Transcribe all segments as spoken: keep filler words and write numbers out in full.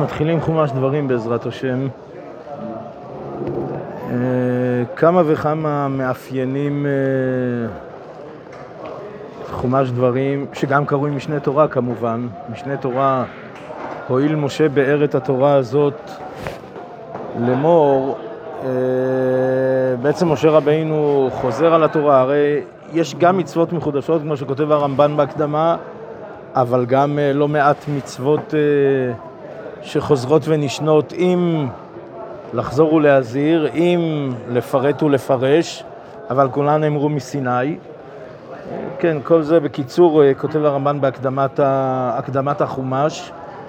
מתחילים חומש דברים בעזרת השם. כמה וכמה מאפיינים חומש דברים, שגם קרויים משנה תורה כמובן. משנה תורה, הועיל משה באר את התורה הזאת לאמור, בעצם משה רבינו חוזר על התורה, הרי יש גם מצוות מחודשות כמו שכותב הרמב"ן בהקדמה, אבל גם לא מעט מצוות שחוזרות ונשנות, אם לחזור ולהזהיר, אם לפרט ולפרש, אבל כולן נאמרו מסיני. כן, כל זה בקיצור כותב הרמב"ן בהקדמת הקדמת החומש.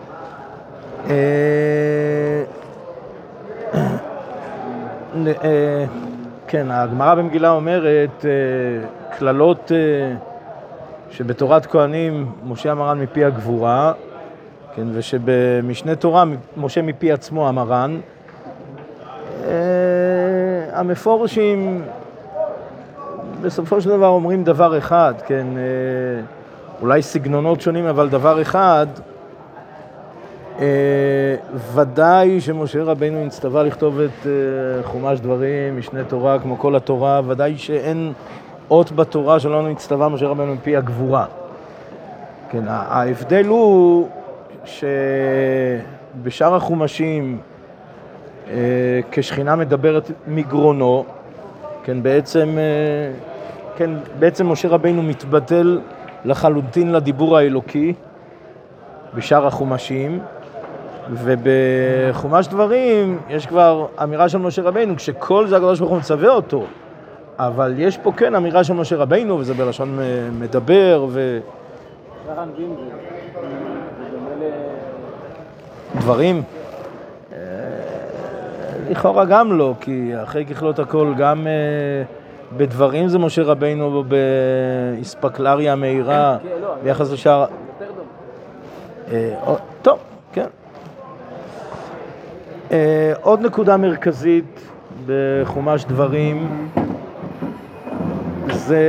כן, הגמרא במגילה אומרת כללות שבתורת כהנים משה אמרן מפי הגבורה, כן, ושבמשנה תורה משה מפי עצמו אמרן. המפורשים בסופו של דבר אומרים דבר אחד, כן, אולי סגנונות שונים, אבל דבר אחד, ודאי שמשה רבינו נצטווה לכתוב את חומש דברים, משנה תורה, כמו כל התורה, ודאי שאין אות בתורה שלנו נצטווה משה רבינו מפי הגבורה. כן, ההבדל הוא שבשאר החומשים, כשכינה מדברת מגרונו, כן, בעצם, כן, בעצם משה רבינו מתבטל לחלוטין לדיבור האלוקי בשאר החומשים, ובחומש דברים יש כבר אמירה של משה רבינו, כשכל זה הקדוש ברוך הוא מצווה אותו, אבל יש פה כן אמירה של משה רבינו, וזה בלשון מדבר, ו... דברים? לכאורה גם לא, כי אחרי ככלות הכל, גם בדברים זה משה רבינו באספקלריה המהירה, ביחס לשאר... טוב, כן. עוד נקודה מרכזית בחומש דברים, זה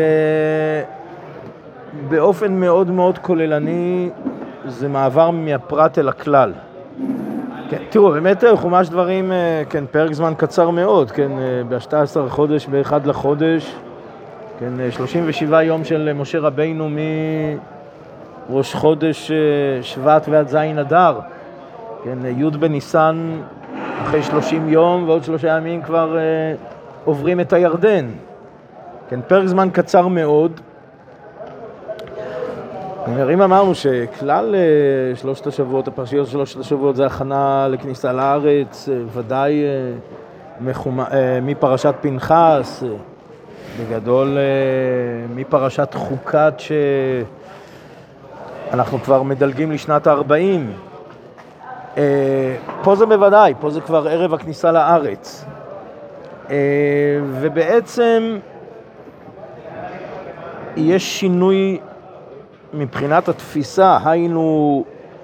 באופן מאוד מאוד כוללני, זה מעבר מהפרט אל הכלל. כן, תראו, באמת חומש דברים, כן, פרק זמן קצר מאוד, כן, ב-שנים עשר חודש, באחד לחודש, כן, שלושים ושבעה יום של משה רבינו מראש חודש שבט ועד זין אדר, כן, י' בניסן אחרי שלושים יום, ועוד שלושה ימים כבר אה, עוברים את הירדן. כן, פרק זמן קצר מאוד. אם אמרנו שכלל שלושת השבועות, הפרשיות שלושת השבועות זה הכנה לכניסה לארץ, ודאי מחומה, מפרשת פנחס, בגדול מפרשת חוקת שאנחנו כבר מדלגים לשנת ה-ארבעים. פה זה בוודאי, פה זה כבר ערב הכניסה לארץ. ובעצם יש שינוי מבחינת התפיסה, היינו,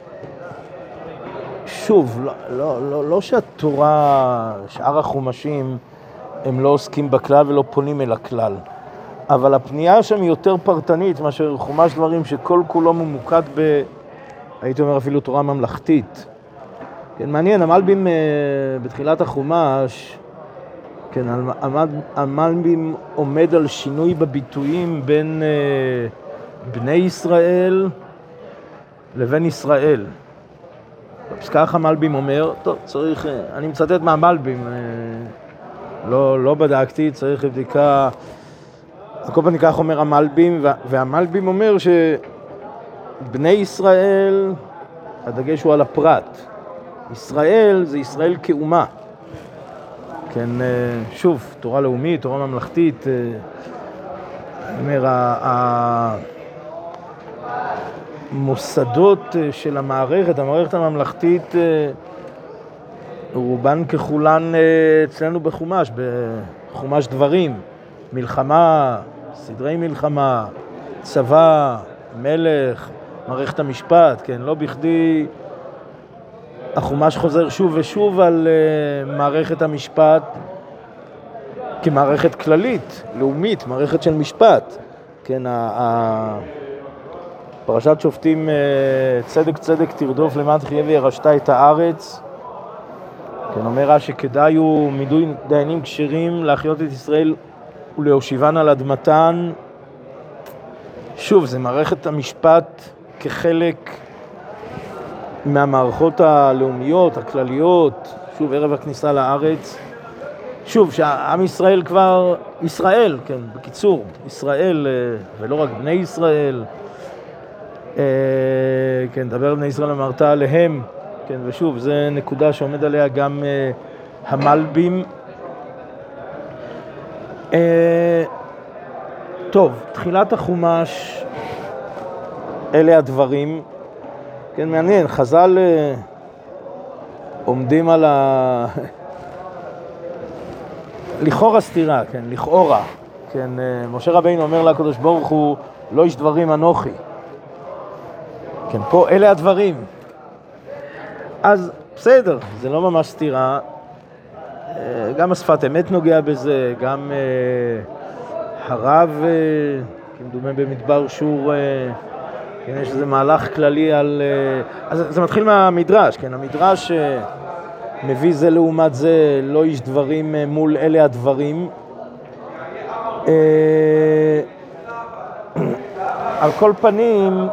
שוב, לא, לא, לא, לא שהתורה, שאר החומשים, הם לא עוסקים בכלל ולא פונים אל הכלל. אבל הפנייה שם היא יותר פרטנית, מאשר חומש דברים שכל כולו ממוקד ב, הייתי אומר אפילו תורה ממלכתית. כן, מעניין, המלבים בתחילת החומש, כן, המלבים עומד על שינוי בביטויים בין בני ישראל לבין ישראל. בפסקה המלבים אומר, טוב, צריך, אני מצטט מהמלבים, לא, לא בדקתי, צריך לבדיקה, הכל פעם ניקח אומר המלבים, והמלבים אומר שבני ישראל, הדגש הוא על הפרט. ישראל זה ישראל כאומה. כן, שוב, תורה לאומית, תורה ממלכתית, אני אומר, המוסדות של המערכת, המערכת הממלכתית, רובן ככולן אצלנו בחומש, בחומש דברים, מלחמה, סדרי מלחמה, צבא, מלך, מערכת המשפט, כן, לא בכדי החומש חוזר שוב ושוב על uh, מערכת המשפט כמערכת כללית, לאומית, מערכת של משפט. כן, ה- ה- פרשת שופטים, צדק צדק תרדוף למען תחיה וירשת את הארץ. כן, אומר רש"י, כדאי הוא מידוי דיינים כשרים להחיות את ישראל ולהושיבן על אדמתן. שוב, זה מערכת המשפט כחלק מהמערכות הלאומיות, הכלליות, שוב, ערב הכניסה לארץ. שוב, שהעם ישראל כבר, ישראל, כן, בקיצור, ישראל, ולא רק בני ישראל, כן, דבר בני ישראל אמרת עליהם, כן, ושוב, זה נקודה שעומד עליה גם המלבים. טוב, תחילת החומש, אלה הדברים, כן, מעניין, חז"ל עומדים על ה... לכאורה סתירה, כן, לכאורה, כן, משה רבינו אומר לקדוש ברוך הוא, לא איש דברים אנוכי. כן, פה אלה הדברים. אז בסדר, זה לא ממש סתירה, גם השפת אמת נוגע בזה, גם הרב, כמדומה במדבר שור, כן, יש איזה מהלך כללי על... אז זה מתחיל מהמדרש, כן, המדרש מביא זה לעומת זה, לא איש דברים מול אלה הדברים. על כל פנים,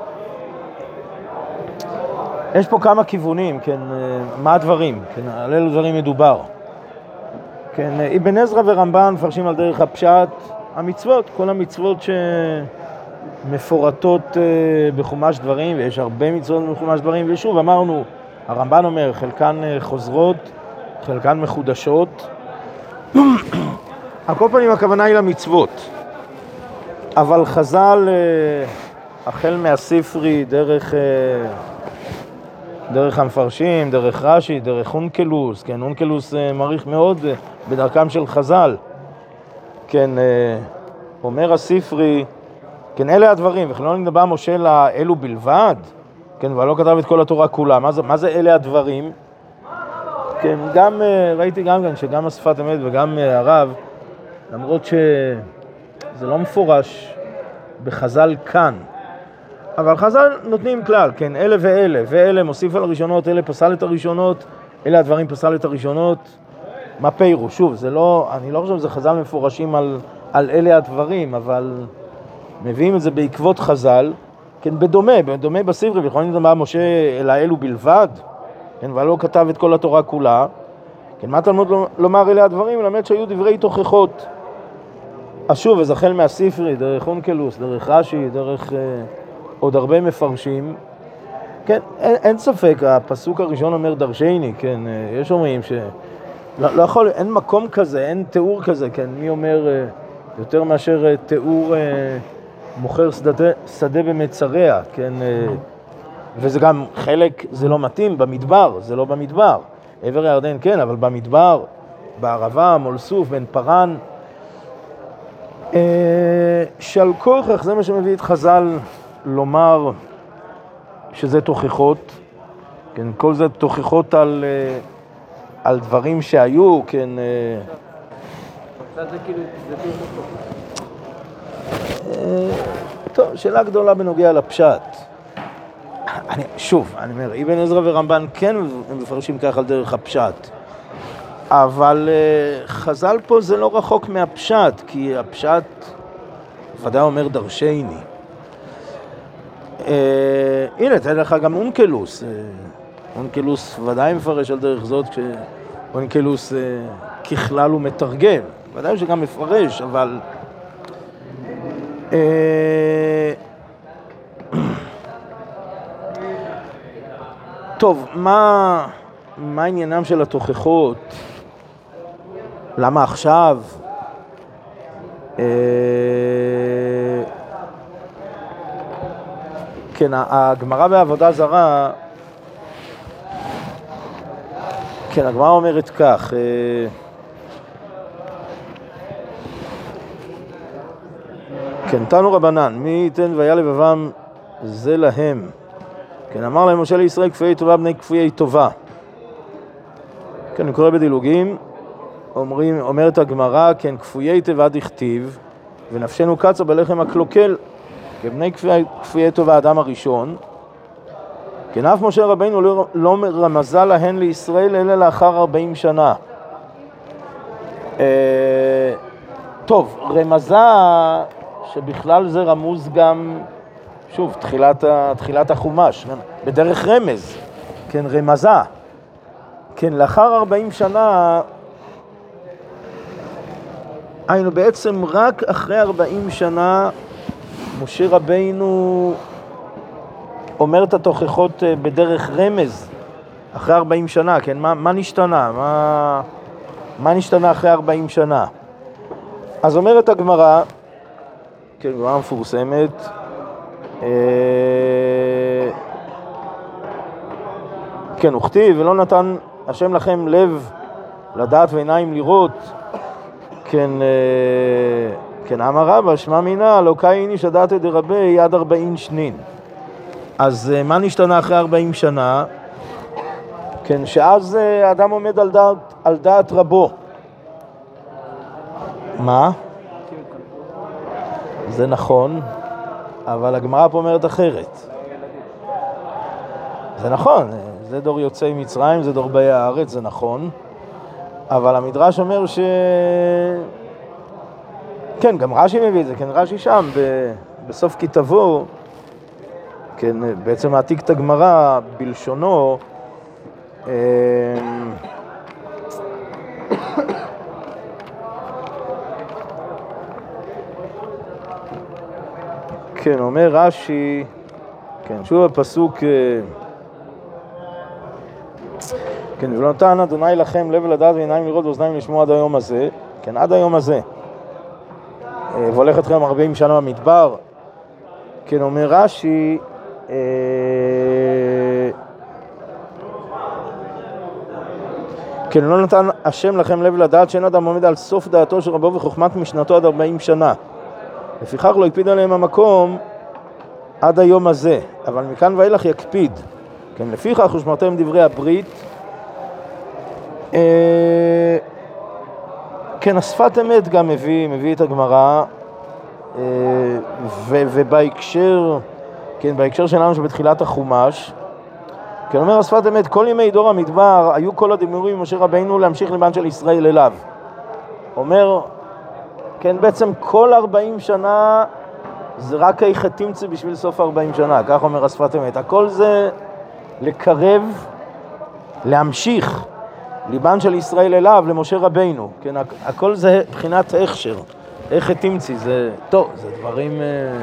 יש פה כמה כיוונים, כן, מה הדברים, כן, על אילו דברים מדובר. כן, אבן עזרא ורמב"ן מפרשים על דרך הפשט, המצוות, כל המצוות שמפורטות בחומש דברים, ויש הרבה מצוות בחומש דברים, ושוב אמרנו, הרמב"ן אומר, חלקן חוזרות, חלקן מחודשות. על כל פנים הכוונה היא למצוות. אבל חז"ל, החל מהספרי, דרך, דרך המפרשים, דרך רש"י, דרך אונקלוס, כן, אונקלוס מעריך מאוד בדרכם של חז"ל. כן, אומר הספרי, כן, אלה הדברים, וכן לא נדבר משה לאלו בלבד, כן, ולא כתב את כל התורה כולה. מה זה, מה זה אלה הדברים? כן, גם, ראיתי גם כאן שגם השפת אמת וגם הרב, למרות שזה לא מפורש בחז"ל כאן, אבל חז"ל נותנים כלל, כן, אלה ואלה, ואלה מוסיף על הראשונות, אלה פסל את הראשונות, אלה הדברים פסל את הראשונות. מה פירוש? שוב, זה לא, אני לא חושב שזה חז"ל מפורשים על, על אלה הדברים, אבל מביאים את זה בעקבות חז"ל, כן, בדומה, בדומה בספרי, ויכולים לדבר משה אל האלו בלבד, כן, ולא כתב את כל התורה כולה. כן, מה תלמוד לומר אלה הדברים? למד שהיו דברי תוכחות. אז שוב, אז החל מהספרי, דרך אונקלוס, דרך רש"י, דרך אה, עוד הרבה מפרשים. כן, אין, אין ספק, הפסוק הראשון אומר דרשני, כן, אה, יש אומרים ש... לא, לא יכול, אין מקום כזה, אין תיאור כזה, כן, מי אומר אה, יותר מאשר אה, תיאור... אה, מוכר שדה, שדה במצריה, כן, וזה גם חלק, זה לא מתאים, במדבר, זה לא במדבר. עבר הירדן כן, אבל במדבר, בערבה, מול סוף, בין פרן. שעל כוכך, זה מה שמביא את חז"ל לומר שזה תוכחות, כן, כל זה תוכחות על, על דברים שהיו, כן. זה כאילו, זה תוכחות. טוב, שאלה גדולה בנוגע לפשט. אני, שוב, אני אומר, אבן עזרא ורמב"ן כן מפרשים כך על דרך הפשט, אבל uh, חז"ל פה זה לא רחוק מהפשט, כי הפשט ודאי אומר דרשני. Uh, הנה, תן לך גם אונקלוס. Uh, אונקלוס ודאי מפרש על דרך זאת, כשאונקלוס uh, ככלל הוא מתרגם. ודאי שגם מפרש, אבל... טוב, מה, מה עניינם של התוכחות? למה עכשיו? כן, הגמרא בעבודה זרה, כן, הגמרא אומרת כך, כן, תנו רבנן, מי ייתן והיה לבבם זה להם. כן, אמר להם משה לישראל כפויי טובה בני כפויי טובה. כן, אני קורא בדילוגים, אומרים, אומרת הגמרא, כן, כפויי תיבה דכתיב, ונפשנו קצה בלחם הקלוקל. כבני כפויי טוב האדם הראשון, כן אף משה רבינו לא, לא רמזה להן לישראל אלא לאחר ארבעים שנה. אה, טוב, רמזה שבכלל זה רמוז גם, שוב, תחילת, תחילת החומש, בדרך רמז, כן, רמזה. כן, לאחר ארבעים שנה, היינו בעצם רק אחרי ארבעים שנה, משה רבינו אומר את התוכחות בדרך רמז, אחרי ארבעים שנה, כן, מה, מה נשתנה? מה, מה נשתנה אחרי ארבעים שנה? אז אומרת הגמרא, כן, גמרא מפורסמת, אה, כן, וכתיב, ולא נתן השם לכם לב לדעת ועיניים לראות, כן, אה, כן, אמר רבא, שמע מינה, לא קאין איש הדעת דרבי עד ארבעים שנין. אז מה נשתנה אחרי ארבעים שנה? כן, שאז האדם עומד על דעת, על דעת רבו. מה? זה נכון, אבל הגמרא פה אומרת אחרת. זה נכון, זה דור יוצאי מצרים, זה דור באי הארץ, זה נכון, אבל המדרש אומר ש... כן, גם רש"י מביא את זה, כן, רש"י שם, ב... בסוף כתבו, כן, בעצם מעתיק את הגמרא בלשונו, כן, אומר רש"י, כן, שוב הפסוק, כן, ולא נתן אדוני לכם לב לדעת ועיניים לראות ואוזניים לשמוע עד היום הזה, כן, עד היום הזה, והולך אתכם ארבעים שנה במדבר, כן, אומר רש"י, כן, לא נתן השם לכם לב לדעת שאין אדם עומד על סוף דעתו של רבו וחוכמת משנתו עד ארבעים שנה. לפיכך לא הקפיד עליהם המקום עד היום הזה, אבל מכאן ואילך יקפיד. כן, לפיכך ושמרתם דברי הברית. אה, כן, השפת אמת גם מביא, מביא את הגמרא, אה, ו, ובהקשר, כן, בהקשר שלנו שבתחילת החומש, כן, אומר השפת אמת, כל ימי דור המדבר היו כל הדיבורים עם משה רבינו להמשיך לבן של ישראל אליו. אומר, כן, בעצם כל ארבעים שנה זה רק היכא תמצא בשביל סוף ארבעים שנה, כך אומר השפת אמת. הכל זה לקרב, להמשיך ליבן של ישראל אליו, למשה רבינו. כן, הכל זה בחינת הכשר, היכא תמצא, זה טוב, זה דברים... אה,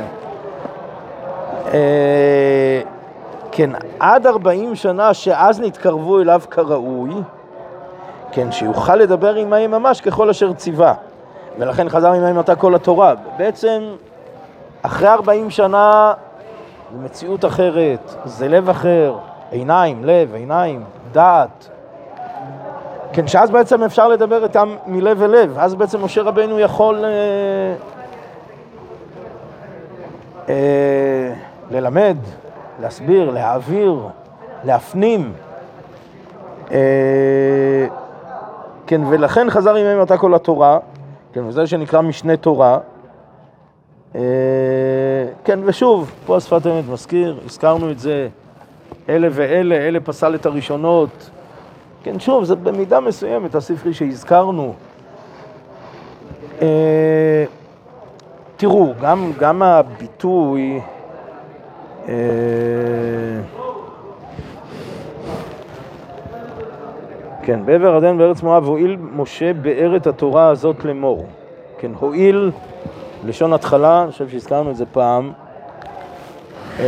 אה, כן, עד ארבעים שנה שאז נתקרבו אליו כראוי, כן, שיוכל לדבר עמהם ממש ככל אשר ציווה. ולכן חזר עמהם אותה כל התורה. בעצם, אחרי ארבעים שנה, זה מציאות אחרת, זה לב אחר, עיניים, לב, עיניים, דעת. כן, שאז בעצם אפשר לדבר איתם מלב אל לב. אז בעצם משה רבינו יכול אה, אה, ללמד, להסביר, להעביר, להפנים. אה, כן, ולכן חזר עמהם אותה כל התורה. כן, וזה שנקרא משנה תורה. אה, כן, ושוב, פה השפת אמת מזכיר, הזכרנו את זה, אלה ואלה, אלה פסל את הראשונות. כן, שוב, זה במידה מסוימת, הספרי שהזכרנו. אה, תראו, גם, גם הביטוי, אה, כן, בעבר עדן בארץ מואב, הועיל משה באר את התורה הזאת לאמור. כן, הועיל, לשון התחלה, אני חושב שהזכרנו את זה פעם. אה,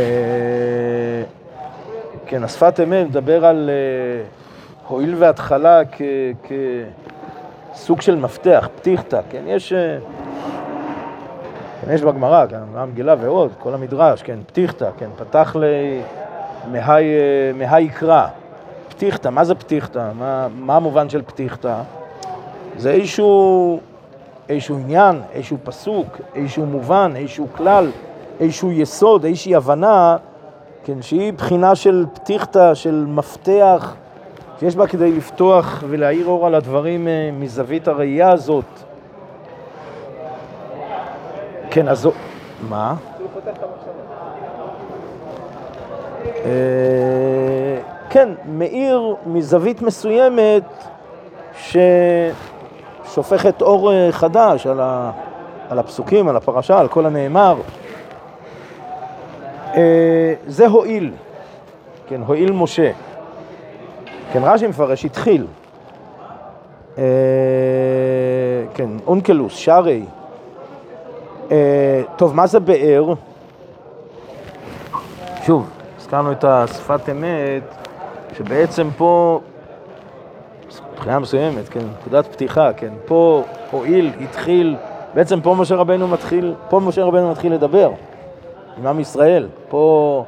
כן, השפת אמת מדבר על אה, הועיל והתחלה כ, כסוג של מפתח, פתיחתא. כן, יש, אה, כן, יש בגמרא, כן, המגילה ועוד, כל המדרש, כן, פתיחתא, כן, פתח למהי, מהי יקרא. פתיחתא, מה זה פתיחתא? מה, מה המובן של פתיחתא? זה איזשהו, איזשהו עניין, איזשהו פסוק, איזשהו מובן, איזשהו כלל, איזשהו יסוד, איזושהי הבנה, כן, שהיא בחינה של פתיחתא, של מפתח, שיש בה כדי לפתוח ולהאיר אור על הדברים מזווית הראייה הזאת. כן, אז... מה? סוג פותח את המחשבה. כן, מאיר מזווית מסוימת ששופכת אור חדש על, ה, על הפסוקים, על הפרשה, על כל הנאמר. זה הועיל, כן, הועיל משה. כן, רש"י מפרש, התחיל. כן, אונקלוס, שערי. טוב, מה זה באר? שוב, הזכרנו את השפת אמת, שבעצם פה, מבחינה מסוימת, כן, נקודת פתיחה, כן, פה הועיל, התחיל, בעצם פה משה רבנו מתחיל, פה משה רבנו מתחיל לדבר עם עם ישראל, פה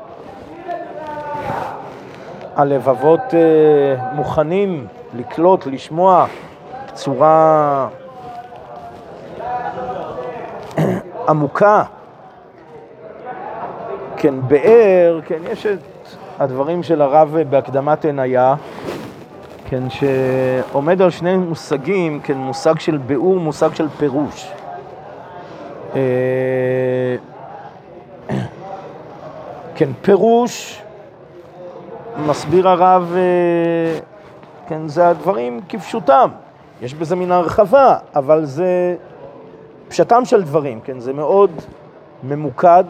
הלבבות אה, מוכנים לקלוט, לשמוע בצורה עמוקה. כן, באר, כן, יש את הדברים של הרב בהקדמת עניה, כן, שעומד על שני מושגים, כן, מושג של באור, מושג של פירוש. כן, פירוש, מסביר הרב, כן, זה הדברים כפשוטם. יש בזה מן הרחבה, אבל זה פשטם של דברים, כן, זה מאוד ממוקד.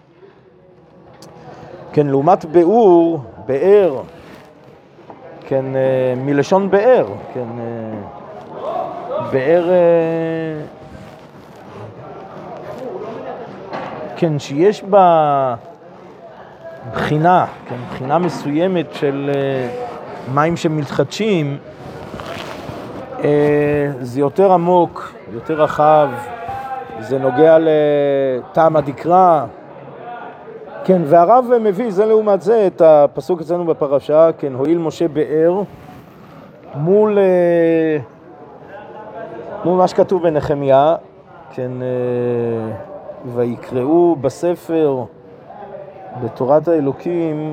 כן, לעומת באור, באר, כן, מלשון באר, כן, באר, כן, שיש בה בחינה, כן, בחינה מסוימת של מים שמתחדשים, זה יותר עמוק, יותר רחב, זה נוגע לטעם הדקרא, כן, והרב מביא זה לעומת זה את הפסוק אצלנו בפרשה, כן, הועיל משה באר, מול, מול מה שכתוב בנחמיה, כן, ויקראו בספר, בתורת האלוקים,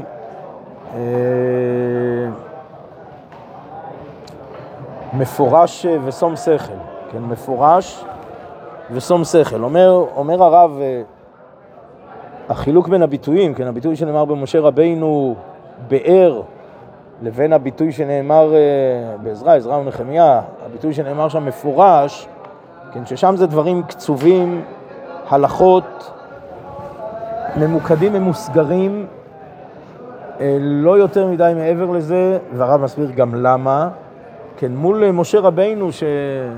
מפורש ושום שכל, כן, מפורש ושום שכל. אומר, אומר הרב, החילוק בין הביטויים, כן, הביטוי שנאמר במשה רבינו באר, לבין הביטוי שנאמר בעזרא, עזרא ונחמיה, הביטוי שנאמר שם מפורש, כן, ששם זה דברים קצובים, הלכות, ממוקדים, ממוסגרים, לא יותר מדי מעבר לזה, והרב מסביר גם למה, כן, מול משה רבינו ש...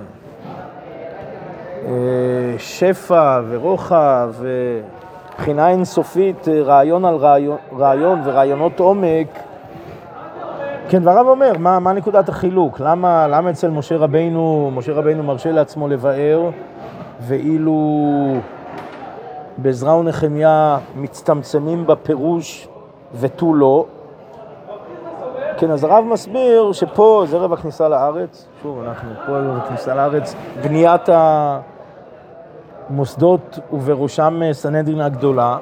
שפע ורוחב ובחינה אינסופית, רעיון על רעיון, רעיון ורעיונות עומק, כן, והרב אומר, מה, מה נקודת החילוק? למה, למה אצל משה רבינו, משה רבינו מרשה לעצמו לבאר, ואילו בעזרא ונחמיה מצטמצמים בפירוש ותו לא? כן, אז הרב מסביר שפה זה ערב הכניסה לארץ, שוב, אנחנו פה ערב הכניסה לארץ, בניית המוסדות ובראשם סנהדרין הגדולה.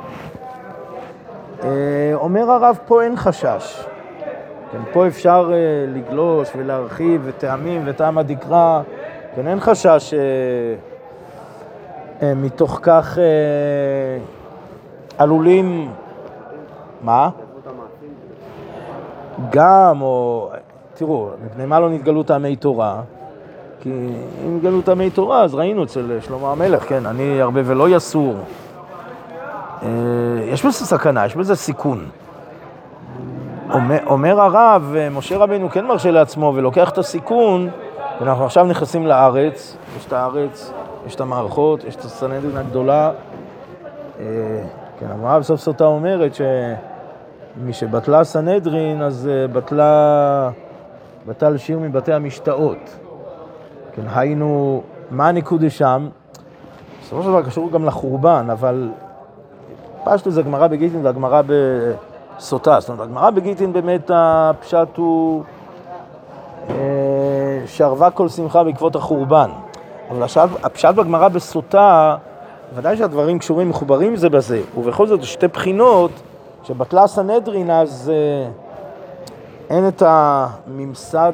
אומר הרב, פה אין חשש. כן, פה אפשר לגלוש ולהרחיב וטעמים וטעם הדקרא, כן, אין חשש מתוך כך עלולים, מה? גם, או, תראו, מפני מה לא נתגלו טעמי תורה? כי אם נתגלו טעמי תורה, אז ראינו אצל שלמה המלך, כן, אני הרבה ולא יסור. יש בזה סכנה, יש בזה סיכון. אומר, אומר הרב, משה רבינו כן מרשה לעצמו ולוקח את הסיכון, ואנחנו עכשיו נכנסים לארץ, יש את הארץ, יש את המערכות, יש את הסנהדרין הגדולה. כן, הרב סוף סוטה אומרת ש... מי שבטלה סנהדרין, אז בטלה, בטל שיר מבתי המשתאות. כן, היינו, מה הנקודה שם? בסופו של דבר קשור גם לחורבן, אבל פשטו זה הגמרא בגיטין והגמרא בסוטה. זאת אומרת, הגמרא בגיטין באמת הפשט הוא שערבה כל שמחה בעקבות החורבן. אבל עכשיו, הפשט בגמרא בסוטה, ודאי שהדברים קשורים מחוברים זה בזה, ובכל זאת שתי בחינות, שבטלה סנהדרין, אז אה, אין את הממסד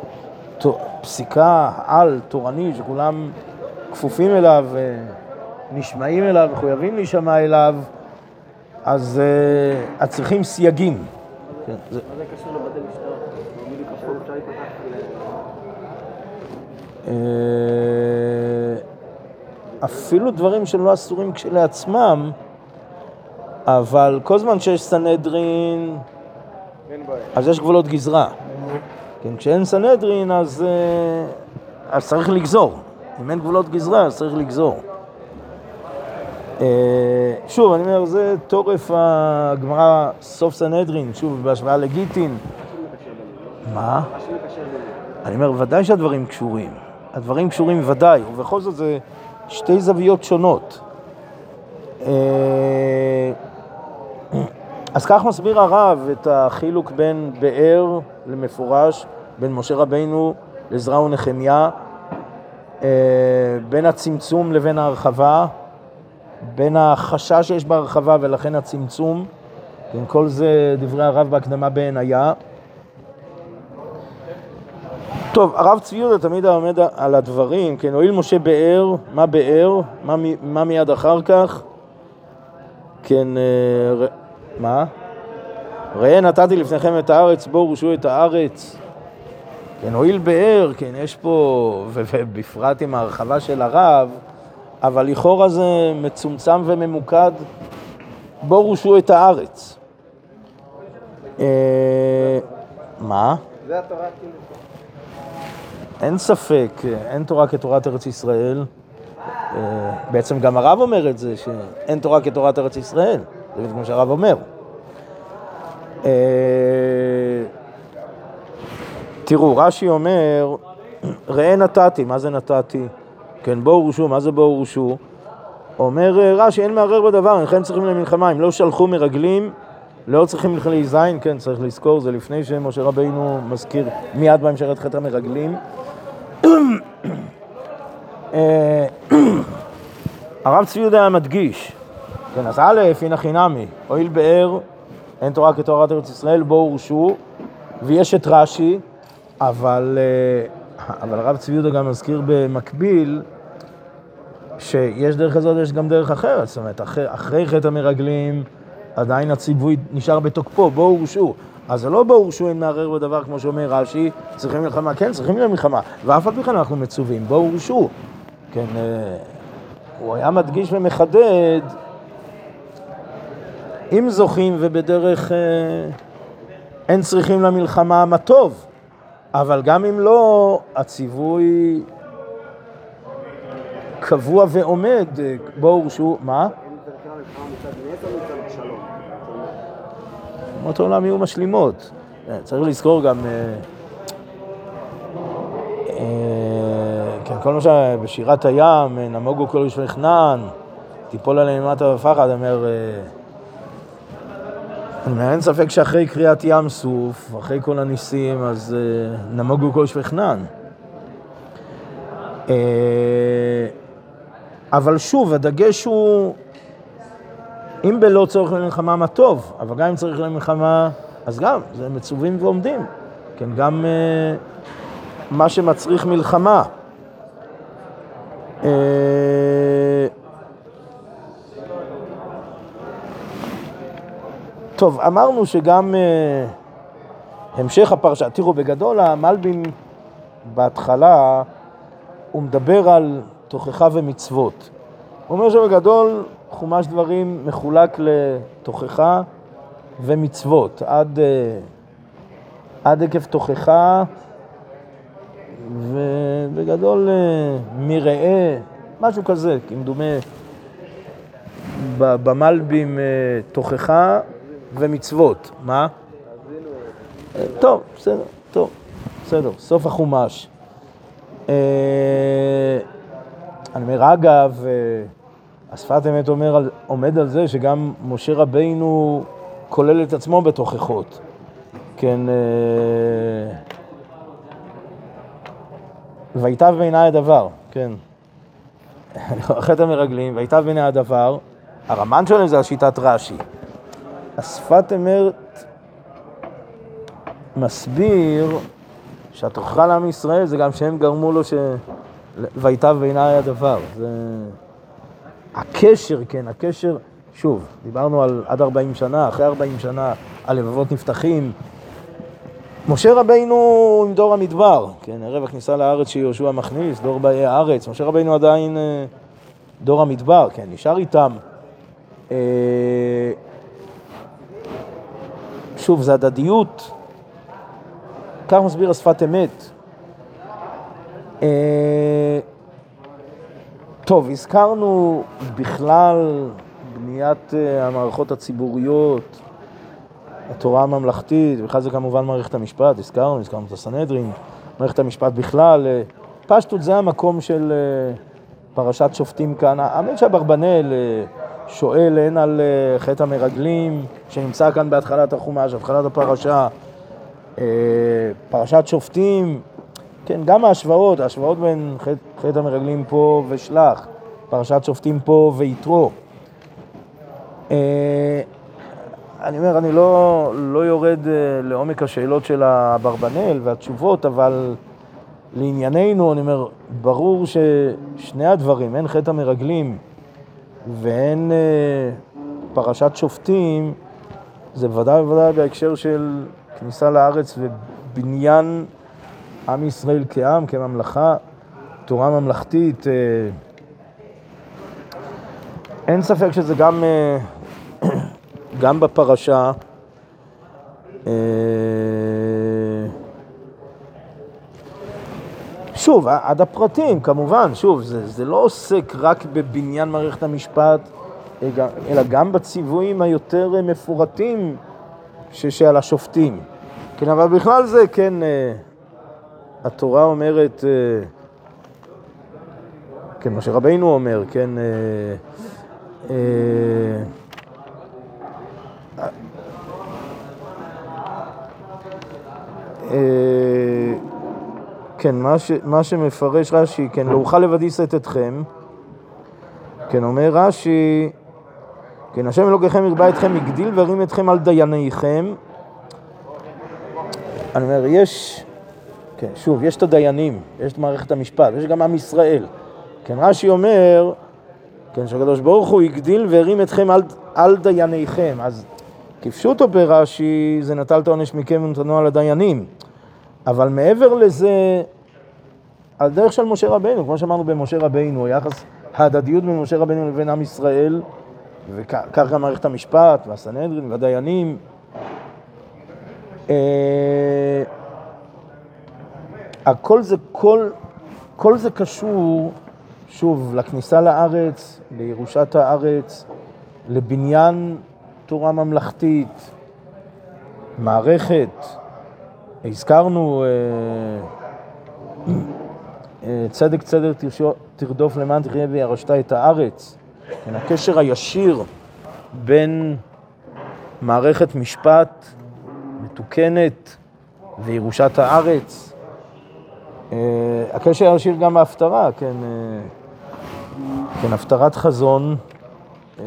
הפסיקה על תורני שכולם כפופים אליו, אה, נשמעים אליו, מחויבים להישמע אליו, אז uh, צריכים סייגים. מה זה קשור לבתי משטר? בדיוק הפעם אפשר להתפתח ל... אפילו דברים שלא אסורים כשלעצמם, אבל כל זמן שיש סנהדרין, אז יש גבולות גזרה. כן, כשאין סנהדרין, אז, אז צריך לגזור. אם אין גבולות גזרה, אז צריך לגזור. שוב, אני אומר, זה תורף הגמרא סוף סנהדרין, שוב, בהשוואה לגיטין. מה? אני אומר, ודאי שהדברים קשורים. הדברים קשורים ודאי, ובכל זאת זה שתי זוויות שונות. אז כך מסביר הרב את החילוק בין באר למפורש, בין משה רבינו לעזרא ונחמיה, בין הצמצום לבין ההרחבה, בין החשש שיש בהרחבה ולכן הצמצום. כן, כל זה דברי הרב בהקדמה בעיניה. טוב, הרב צבי יהודה תמיד עומד על הדברים, כן, הואיל משה באר, מה באר, מה, מה מיד אחר כך? כן, ר... מה? ראה נתתי לפניכם את הארץ, בואו רשו את הארץ. כן, הואיל באר, כן, יש פה, ובפרט עם ההרחבה של הרב, אבל לכאורה זה מצומצם וממוקד, בואו רשו את הארץ. מה? זה התורה כאילו. אין ספק, אין תורה כתורת ארץ ישראל. בעצם גם הרב אומר את זה, שאין תורה כתורת ארץ ישראל. זה כמו שהרב אומר. תראו, רש"י אומר, ראה נתתי, מה זה נתתי? כן, בואו רשו, מה זה בואו רשו? אומר רש"י, אין מערער בדבר, אינכם צריכים למלחמה, אם לא שלחו מרגלים, לא צריכים להיזין, כן, צריך לזכור, זה לפני שמשה רבינו מזכיר מיד בהמשך את חטא המרגלים. הרב צבי יהודה מדגיש, כן, אז א', הנה חינמי, הואיל באר, אין תורה כתורת ארץ ישראל, בואו רשו, ויש את רש"י, אבל, אבל הרב צבי יהודה גם מזכיר במקביל, שיש דרך הזאת, יש גם דרך אחרת, זאת אומרת, אחרי, אחרי חטא המרגלים, עדיין הציווי נשאר בתוקפו, בואו רשו. אז זה לא בואו רשו, אין מערער בדבר, כמו שאומר רש"י, צריכים מלחמה, כן, צריכים למלחמה, ואף על פי כן אנחנו מצווים, בואו רשו. כן, הוא היה מדגיש ומחדד, אם זוכים ובדרך אין צריכים למלחמה, מה טוב, אבל גם אם לא, הציווי קבוע ועומד, בואו רשו, מה? אומות העולם יהיו משלימות. צריך לזכור גם, כן, כל מה שבשירת הים, נמוגו כל יושבי כנען, תיפול עליהם מטה ופחד, אומר, אני אומר, אין ספק שאחרי קריאת ים סוף, אחרי כל הניסים, אז נמוגו כל יושבי כנען. אבל שוב, הדגש הוא, אם בלא צורך למלחמה, מה טוב, אבל גם אם צריך למלחמה, אז גם, זה מצווים ועומדים. כן, גם uh, מה שמצריך מלחמה. Uh, טוב, אמרנו שגם uh, המשך הפרשה, תראו, בגדול המלבים בהתחלה, הוא מדבר על תוכחה ומצוות. הוא אומר שבגדול חומש דברים מחולק לתוכחה ומצוות, עד, עד עקב תוכחה, ובגדול מראה, משהו כזה, כמדומה במלבים תוכחה ומצוות. מה? טוב, בסדר, טוב, בסדר, סוף החומש. אני אומר, אגב, השפת אמת אומר, עומד על זה שגם משה רבינו כולל את עצמו בתוכחות. כן, ויטב בעיני הדבר, כן. חטא המרגלים, ויטב בעיני הדבר, הרמן שלהם זה השיטת רש"י. השפת אמת מסביר שהתוכחה לעם ישראל זה גם שהם גרמו לו ש... ויטב בעיני הדבר. זה... הקשר, כן, הקשר, שוב, דיברנו על עד ארבעים שנה, אחרי ארבעים שנה, הלבבות נפתחים. משה רבינו עם דור המדבר, כן, ערב הכניסה לארץ שיהושע מכניס, דור באי הארץ, משה רבינו עדיין דור המדבר, כן, נשאר איתם. שוב, זה הדדיות, כך מסביר השפת אמת. טוב, הזכרנו בכלל בניית המערכות הציבוריות, התורה הממלכתית, בכלל זה כמובן מערכת המשפט, הזכרנו, הזכרנו את הסנהדרין, מערכת המשפט בכלל, פשטות זה המקום של פרשת שופטים כאן. האמת שאברבנאל שואל הן על חטא המרגלים, שנמצא כאן בהתחלת החומש, התחלת הפרשה, פרשת שופטים, כן, גם ההשוואות, ההשוואות בין חטא, חטא המרגלים פה ושלח, פרשת שופטים פה ויתרו. אני אומר, אני לא, לא יורד לעומק השאלות של אברבנאל והתשובות, אבל לענייננו, אני אומר, ברור ששני הדברים, הן חטא המרגלים והן פרשת שופטים, זה בוודאי ובוודאי בהקשר של כניסה לארץ ובניין עם ישראל כעם, כממלכה, תורה ממלכתית. אין ספק שזה גם, גם בפרשה. שוב, עד הפרטים, כמובן, שוב, זה, זה לא עוסק רק בבניין מערכת המשפט, אלא גם בציוויים היותר מפורטים שעל השופטים. כן, אבל בכלל זה, כן, התורה אומרת, כן, משה רבינו אומר, כן, כן, מה, ש, מה שמפרש רש"י, כן, לא אוכל לבדי שאת אתכם, כן, אומר רש"י, כן, השם אלוקיכם ירבה אתכם, יגדיל וירים אתכם על דייניכם. אני אומר, יש, כן, שוב, יש את הדיינים, יש את מערכת המשפט, יש גם עם ישראל. כן, רש"י אומר, כן, שהקדוש ברוך הוא יגדיל וירים אתכם על, על דייניכם. אז כפשוטו ברש"י, זה נטל את העונש מכם ונתנו על הדיינים. אבל מעבר לזה, על דרך של משה רבינו, כמו שאמרנו במשה רבינו, היחס, ההדדיות בין משה רבינו לבין עם ישראל, וכך גם מערכת המשפט והסנהדרין והדיינים. אה, הכל זה, כל, כל זה קשור, שוב, לכניסה לארץ, לירושת הארץ, לבניין תורה ממלכתית, מערכת. הזכרנו אה, אה, צדק צדק תרדוף למען תחיה וירשת את הארץ. כן, הקשר הישיר בין מערכת משפט מתוקנת וירושת הארץ. אה, הקשר הישיר גם בהפטרה, כן, אה, כן, הפטרת חזון, אה,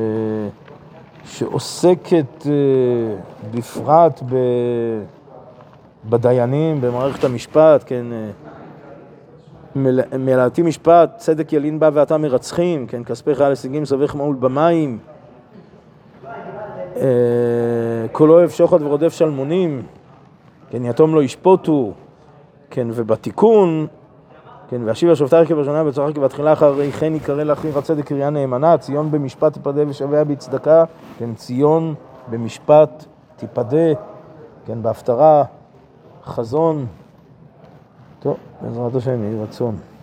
שעוסקת אה, בפרט ב... בדיינים, במערכת המשפט, כן, מלאתי משפט, צדק ילין בה ואתה מרצחים, כן, כספי חייל הישגים סובך מעול במים, כל אוהב שוחד ורודף שלמונים, כן, יתום לא ישפוטו, כן, ובתיקון, כן, ואשיב השופטייך כבראשונה בצורך כבתחילה אחרי כן יקרא לאחיך הצדק קריאה נאמנה, ציון במשפט תיפדה ושביה בצדקה, כן, ציון במשפט תיפדה, כן, בהפטרה, חזון. טוב, בעזרת השם, יהי רצון.